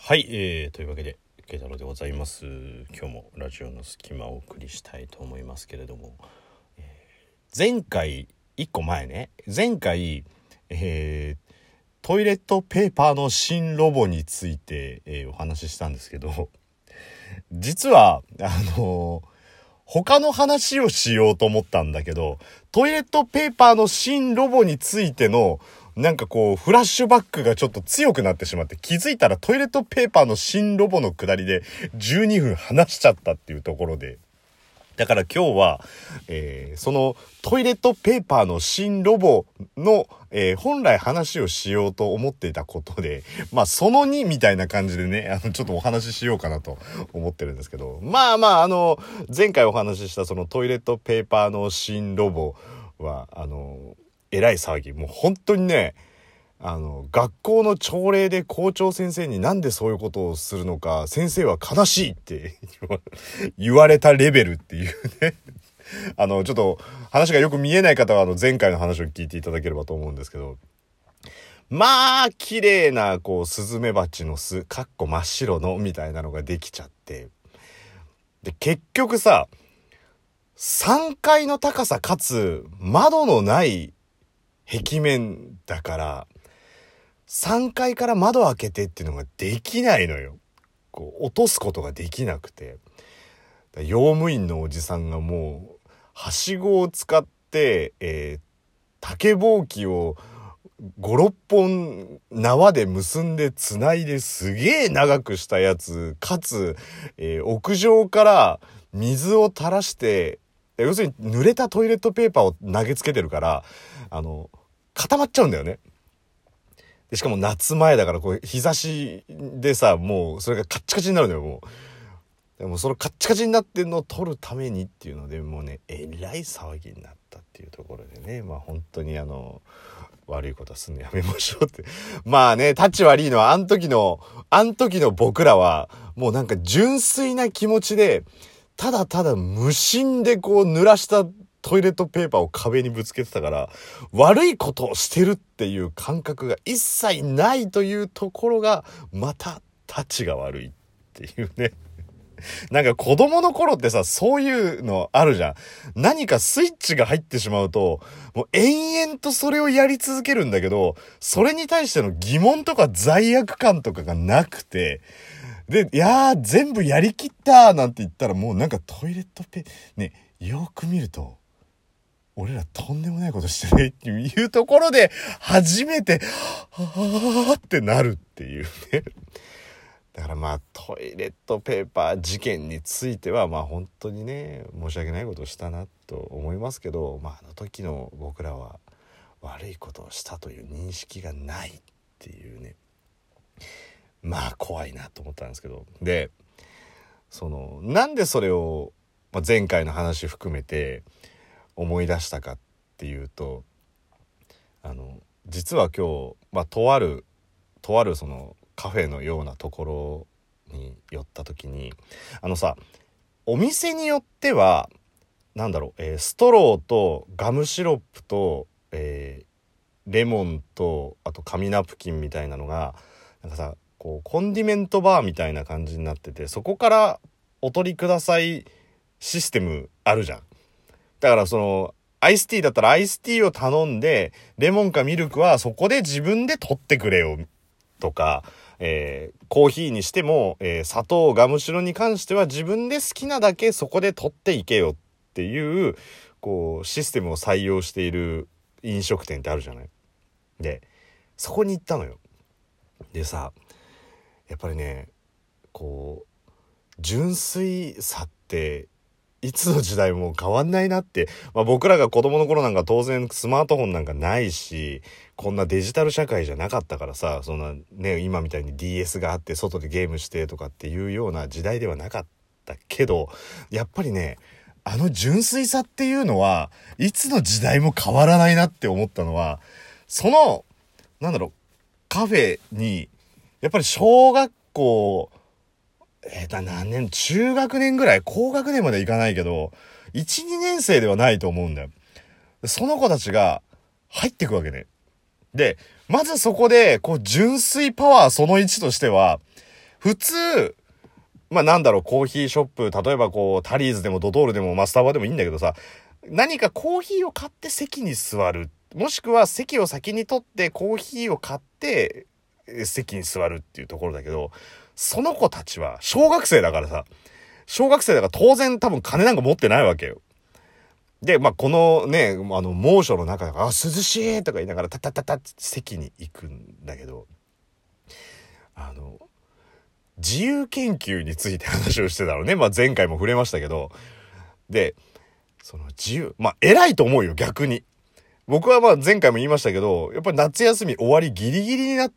はい、というわけで慶太郎でございます。今日もラジオの隙間をお送りしたいと思いますけれども、前回1個前ね、前回、トイレットペーパーの新ロボについて、お話ししたんですけど、実は他の話をしようと思ったんだけど、トイレットペーパーの新ロボについてのなんかこうフラッシュバックがちょっと強くなってしまって、気づいたらトイレットペーパーの新ロボの下りで12分話しちゃったっていうところで、だから今日は、そのトイレットペーパーの新ロボの、本来話をしようと思っていたことで、まあその2みたいな感じでね、ちょっとお話ししようかなと思ってるんですけど、前回お話ししたそのトイレットペーパーの新ロボはえらい騒ぎ、もう本当にね、学校の朝礼で校長先生になんでそういうことをするのか先生は悲しいって言われたレベルっていうねちょっと話がよく見えない方は前回の話を聞いていただければと思うんですけど、まあ綺麗なこうスズメバチの巣かっこ真っ白のみたいなのができちゃって、で結局さ、3階の高さかつ窓のない壁面だから3階から窓開けてっていうのができないのよ。こう落とすことができなくて、用務員のおじさんがもうはしごを使って、竹ぼうきを5、6本縄で結んでつないですげえ長くしたやつかつ、屋上から水を垂らして、要するに濡れたトイレットペーパーを投げつけてるから固まっちゃうんだよね。でしかも夏前だからこう日差しでさ、もうそれがカッチカチになるのよ。もうでもそのカッチカチになってんのを取るためにっていうので、もうねえらい騒ぎになったっていうところでね、まあ本当に悪いことはすんのやめましょうってまあね、タチ悪いのはあん時の僕らはもうなんか純粋な気持ちでただただ無心でこう濡らしたトイレットペーパーを壁にぶつけてたから、悪いことをしてるっていう感覚が一切ないというところがまたタチが悪いっていうね。なんか子供の頃ってさ、そういうのあるじゃん。何かスイッチが入ってしまうともう延々とそれをやり続けるんだけど、それに対しての疑問とか罪悪感とかがなくて、で、いやー全部やりきったなんて言ったら、もうなんかトイレットね、よく見ると俺らとんでもないことしてねっていうところで初めてはーってなるっていうね。だからまあトイレットペーパー事件についてはまあ本当にね申し訳ないことをしたなと思いますけど、まああの時の僕らは悪いことをしたという認識がないっていうね、まあ怖いなと思ったんですけど、でなんでそれを、前回の話含めて思い出したかっていうと、実は今日、とあるそのカフェのようなところに寄った時に、お店によってはストローとガムシロップと、レモンとあと紙ナプキンみたいなのがなんかさ、こうコンディメントバーみたいな感じになってて、そこからお取りくださいシステムあるじゃん。だからアイスティーだったらアイスティーを頼んで、レモンかミルクはそこで自分で取ってくれよとか、コーヒーにしても、砂糖ガムシロに関しては自分で好きなだけそこで取っていけよっていうこうシステムを採用している飲食店ってあるじゃない。でそこに行ったのよ。でさ、やっぱりね、こう純粋さっていつの時代も変わんないなって、僕らが子供の頃なんか当然スマートフォンなんかないし、こんなデジタル社会じゃなかったからさ、そんなね、今みたいに DS があって外でゲームしてとかっていうような時代ではなかったけど、やっぱりね、あの純粋さっていうのはいつの時代も変わらないなって思ったのは、カフェにやっぱり小学校何年、中学年ぐらい、高学年までいかないけど 1,2 年生ではないと思うんだよ。その子たちが入ってくわけね。でまずそこでこう純粋パワーその1としては、 普通、まあなんだろう、コーヒーショップ、例えばこう、タリーズでもドトールでも、まあスタバでもいいんだけどさ、何かコーヒーを買って席に座る。もしくは席を先に取ってコーヒーを買って席に座るっていうところだけど、その子たちは小学生だからさ、小学生だから当然多分金なんか持ってないわけよ。で、まあ、このね、猛暑の中で、涼しいとか言いながら、タタタタって席に行くんだけど、自由研究について話をしてたのね。まあ、前回も触れましたけど、で、その自由、まあ、偉いと思うよ、逆に。僕はまあ、前回も言いましたけど、やっぱり夏休み終わりギリギリになって、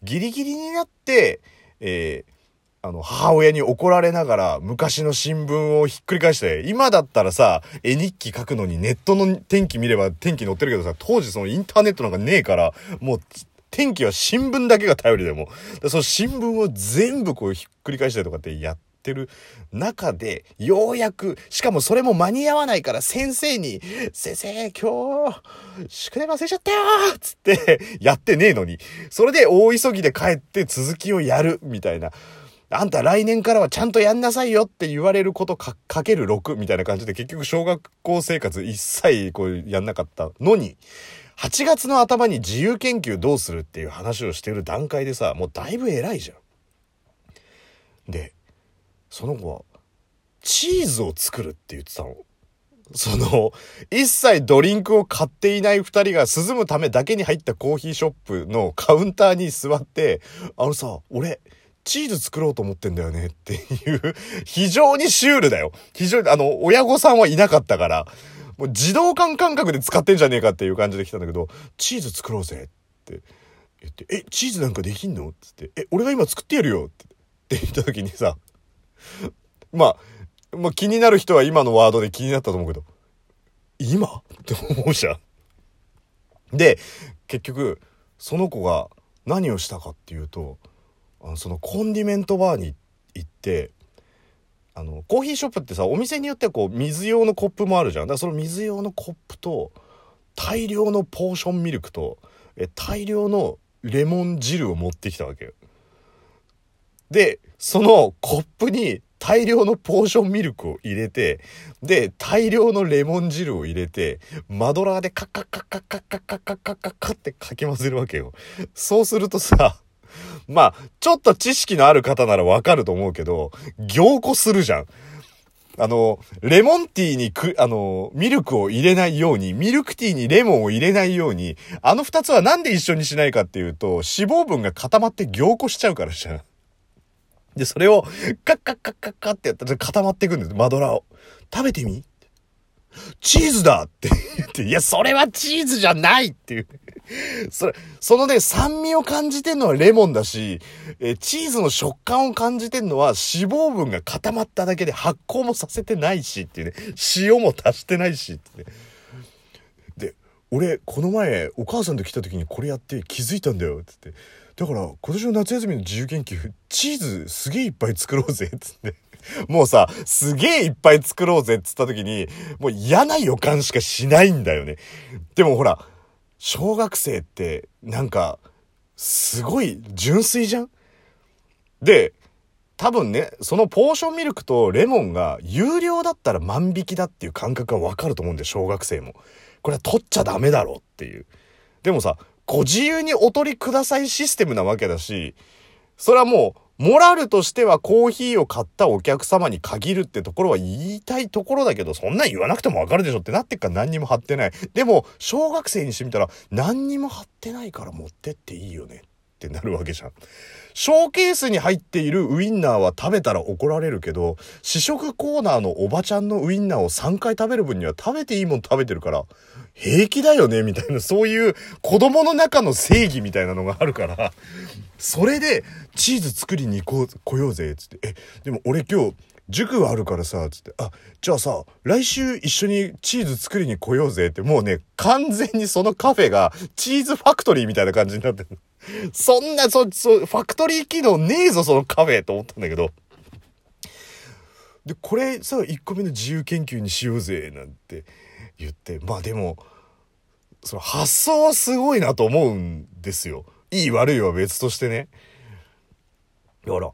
母親に怒られながら昔の新聞をひっくり返して、今だったらさ、絵日記書くのにネットの天気見れば天気載ってるけどさ、当時そのインターネットなんかねえから、もう天気は新聞だけが頼りでも、その新聞を全部こうひっくり返したりとかってやってる中で、ようやく、しかもそれも間に合わないから先生に、先生今日、宿題忘れちゃったよーつってやってねえのに、それで大急ぎで帰って続きをやるみたいな。あんた来年からはちゃんとやんなさいよって言われることかける6みたいな感じで結局小学校生活一切こうやんなかったのに、8月の頭に自由研究どうするっていう話をしてる段階でさ、もうだいぶ偉いじゃん。で、その子はチーズを作るって言ってたの。一切ドリンクを買っていない二人が涼むためだけに入ったコーヒーショップのカウンターに座って、俺、チーズ作ろうと思ってんだよねっていう非常にシュールだよ。非常に親御さんはいなかったから、もう児童館感覚で使ってんじゃねえかっていう感じで来たんだけど、チーズ作ろうぜって言って、チーズなんかできんのつって、俺が今作ってやるよって言った時にさ、まあ気になる人は今のワードで気になったと思うけど、今って思うじゃん。で、結局その子が何をしたかっていうと、そのコンディメントバーに行って、コーヒーショップってさ、お店によってはこう水用のコップもあるじゃん。だからその水用のコップと大量のポーションミルクと大量のレモン汁を持ってきたわけよ。で、そのコップに大量のポーションミルクを入れて、で、大量のレモン汁を入れて、マドラーでカッカッカッカッカッカッカッカッカッカッカッってかき混ぜるわけよ。そうするとさ、まあ、ちょっと知識のある方ならわかると思うけど、凝固するじゃん。レモンティーにミルクを入れないように、ミルクティーにレモンを入れないように、二つはなんで一緒にしないかっていうと、脂肪分が固まって凝固しちゃうからじゃん。で、それを、カッカッカッカッカッってやったら固まっていくんです、マドラーを。食べてみ？チーズだって言って、いや、それはチーズじゃないっていう。そのね、酸味を感じてんのはレモンだし、チーズの食感を感じてんのは脂肪分が固まっただけで発酵もさせてないしっていうね、塩も足してないしってね。で、俺、この前、お母さんと来た時にこれやって気づいたんだよ、つって。だから、今年の夏休みの自由研究、チーズすげえいっぱい作ろうぜ、つって。もうさ、すげえいっぱい作ろうぜっつった時に、もう嫌な予感しかしないんだよね。でもほら、小学生ってなんか、すごい純粋じゃん？で、多分ね、そのポーションミルクとレモンが有料だったら万引きだっていう感覚がわかると思うんで、小学生も。これは取っちゃダメだろうっていう。でもさ、ご自由にお取りくださいシステムなわけだし、それはもう、モラルとしてはコーヒーを買ったお客様に限るってところは言いたいところだけど、そんなん言わなくてもわかるでしょってなってっから何にも貼ってない。でも、小学生にしてみたら何にも貼ってないから持ってっていいよねってなるわけじゃん。ショーケースに入っているウインナーは食べたら怒られるけど、試食コーナーのおばちゃんのウインナーを3回食べる分には食べていいもん食べてるから、平気だよねみたいな、そういう子供の中の正義みたいなのがあるから、それでチーズ作りに来ようぜっつって、でも俺今日塾があるからさつって、じゃあさ来週一緒にチーズ作りに来ようぜって、もうね完全にそのカフェがチーズファクトリーみたいな感じになってる。そんなファクトリー機能ねえぞそのカフェと思ったんだけど、でこれさ1個目の自由研究にしようぜなんて言って、まあでもその発想はすごいなと思うんですよ。いい悪いは別としてね。だから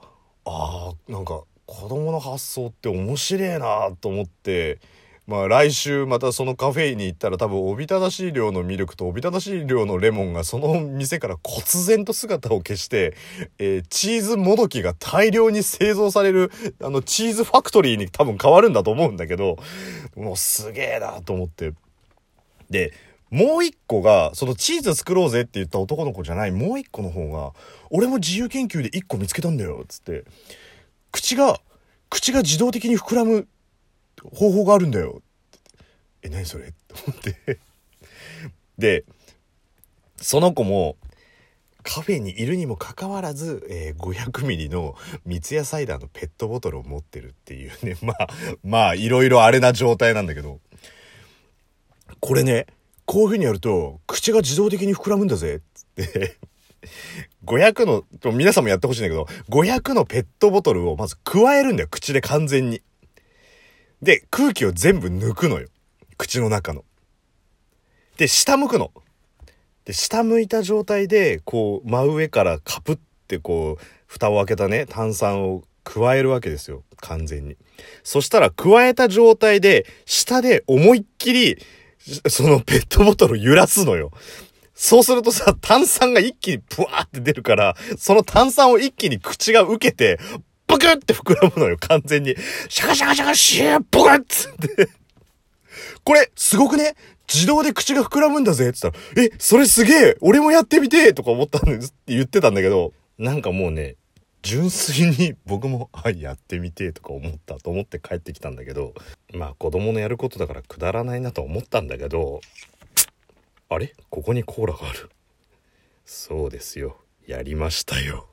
なんか子供の発想って面白いなと思って、来週またそのカフェインに行ったら多分おびただしい量のミルクとおびただしい量のレモンがその店から忽然と姿を消して、チーズもどきが大量に製造されるチーズファクトリーに多分変わるんだと思うんだけど、もうすげえなと思って。でもう一個がそのチーズ作ろうぜって言った男の子じゃないもう一個の方が、俺も自由研究で一個見つけたんだよっつって、口が自動的に膨らむ方法があるんだよ。何それって思ってでその子もカフェにいるにもかかわらず、500ミリの三ツ矢サイダーのペットボトルを持ってるっていうね、いろいろあれな状態なんだけど、これね、こういう風にやると口が自動的に膨らむんだぜっつって500の皆さんもやってほしいんだけど、500のペットボトルをまず加えるんだよ、口で完全に。で空気を全部抜くのよ、口の中の。で下向くの。で下向いた状態でこう真上からカプってこう蓋を開けたね炭酸を加えるわけですよ、完全に。そしたら加えた状態で下で思いっきりそのペットボトル揺らすのよ。そうするとさ、炭酸が一気にブワーって出るから、その炭酸を一気に口が受けてブクって膨らむのよ、完全に。シャカシャカシャカシューブクッつってこれすごくね、自動で口が膨らむんだぜって言ったら、それすげえ、俺もやってみてーとか思ったんですって言ってたんだけど、なんかもうね、純粋に僕もやってみてとか思ったと思って帰ってきたんだけど、子供のやることだからくだらないなと思ったんだけど、あれここにコーラがある。そうですよ、やりましたよ。